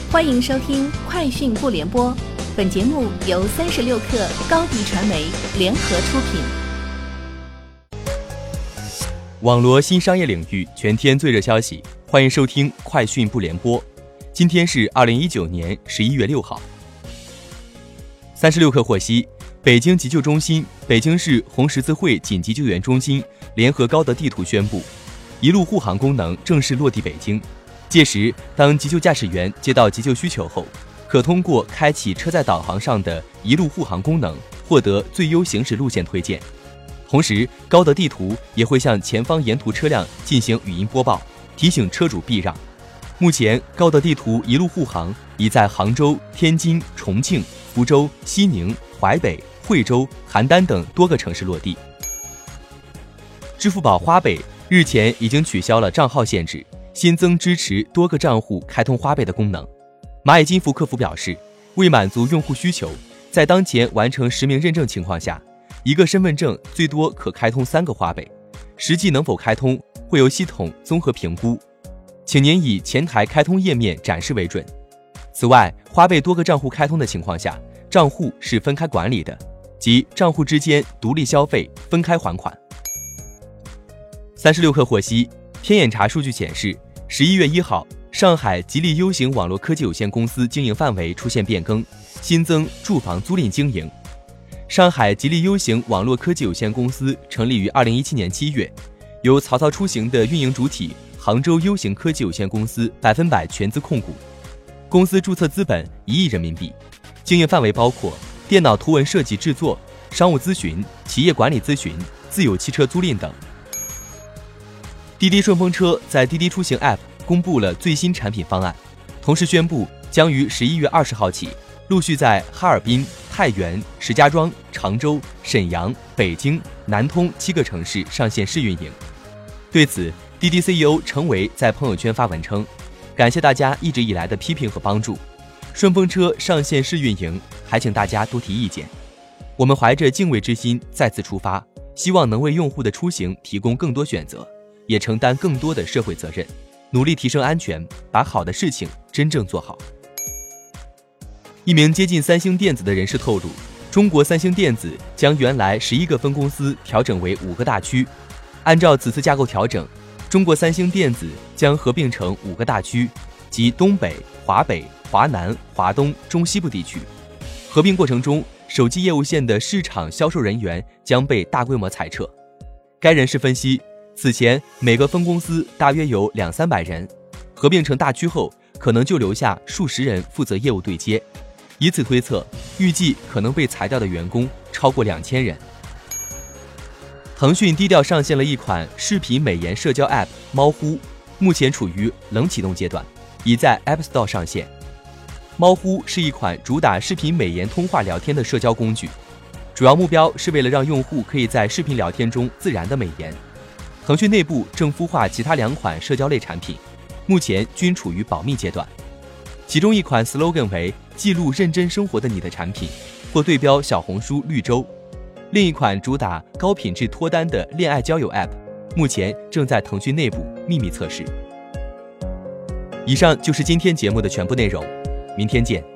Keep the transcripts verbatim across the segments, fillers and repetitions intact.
欢迎收听快讯不联播，本节目由三十六克高迪传媒联合出品。 网罗新商业领域全天最热消息，欢迎收听快讯不联播。今天是二零一九年十一月六号。三十六克获悉，北京急救中心、北京市红十字会紧急救援中心联合高德地图宣布，一路护航功能正式落地北京。届时，当急救驾驶员接到急救需求后，可通过开启车载导航上的一路护航功能，获得最优行驶路线推荐。同时，高德地图也会向前方沿途车辆进行语音播报，提醒车主避让。目前，高德地图一路护航已在杭州、天津、重庆、福州、西宁、淮北、惠州、邯郸等多个城市落地。支付宝花呗日前已经取消了账号限制，新增支持多个账户开通花呗的功能。蚂蚁金服客服表示，为满足用户需求，在当前完成实名认证情况下，一个身份证最多可开通三个花呗，实际能否开通会由系统综合评估，请您以前台开通页面展示为准。此外，花呗多个账户开通的情况下，账户是分开管理的，即账户之间独立消费，分开还款。三十六克获悉，天眼查数据显示，十一月一号，上海吉利 U 型网络科技有限公司经营范围出现变更，新增住房租赁经营。上海吉利 U 型网络科技有限公司成立于二零一七年七月，由曹操出行的运营主体杭州 U 型科技有限公司百分百全资控股。公司注册资本一亿人民币，经营范围包括电脑图文设计制作、商务咨询、企业管理咨询、自有汽车租赁等。滴滴顺风车在滴滴出行 App 公布了最新产品方案，同时宣布将于十一月二十号起，陆续在哈尔滨、太原、石家庄、常州、沈阳、北京、南通七个城市上线试运营。对此，滴滴 C E O 程维在朋友圈发文称，感谢大家一直以来的批评和帮助，顺风车上线试运营，还请大家多提意见。我们怀着敬畏之心再次出发，希望能为用户的出行提供更多选择，也承担更多的社会责任，努力提升安全，把好的事情真正做好。一名接近三星电子的人士透露，中国三星电子将原来十一个分公司调整为五个大区。按照此次架构调整，中国三星电子将合并成五个大区，即东北、华北、华南、华东、中西部地区。合并过程中，手机业务线的市场销售人员将被大规模裁撤。该人士分析，此前每个分公司大约有两三百人，合并成大区后，可能就留下数十人负责业务对接。以此推测，预计可能被裁掉的员工超过两千人。腾讯低调上线了一款视频美颜社交 App 猫呼，目前处于冷启动阶段，已在 App Store 上线。猫呼是一款主打视频美颜通话聊天的社交工具，主要目标是为了让用户可以在视频聊天中自然的美颜。腾讯内部正孵化其他两款社交类产品，目前均处于保密阶段。其中一款 slogan 为记录认真生活的你的产品，或对标小红书绿洲。另一款主打高品质脱单的恋爱交友 App， 目前正在腾讯内部秘密测试。以上就是今天节目的全部内容，明天见。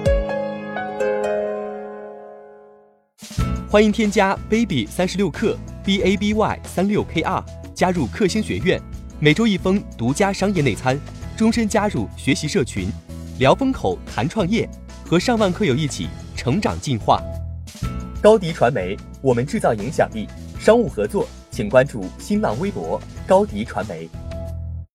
欢迎添加 baby 三十六克 B A B Y 三六 K R 加入克星学院，每周一封独家商业内参，终身加入学习社群，聊风口谈创业，和上万课友一起成长进化。高迪传媒，我们制造影响力。商务合作请关注新浪微博高迪传媒。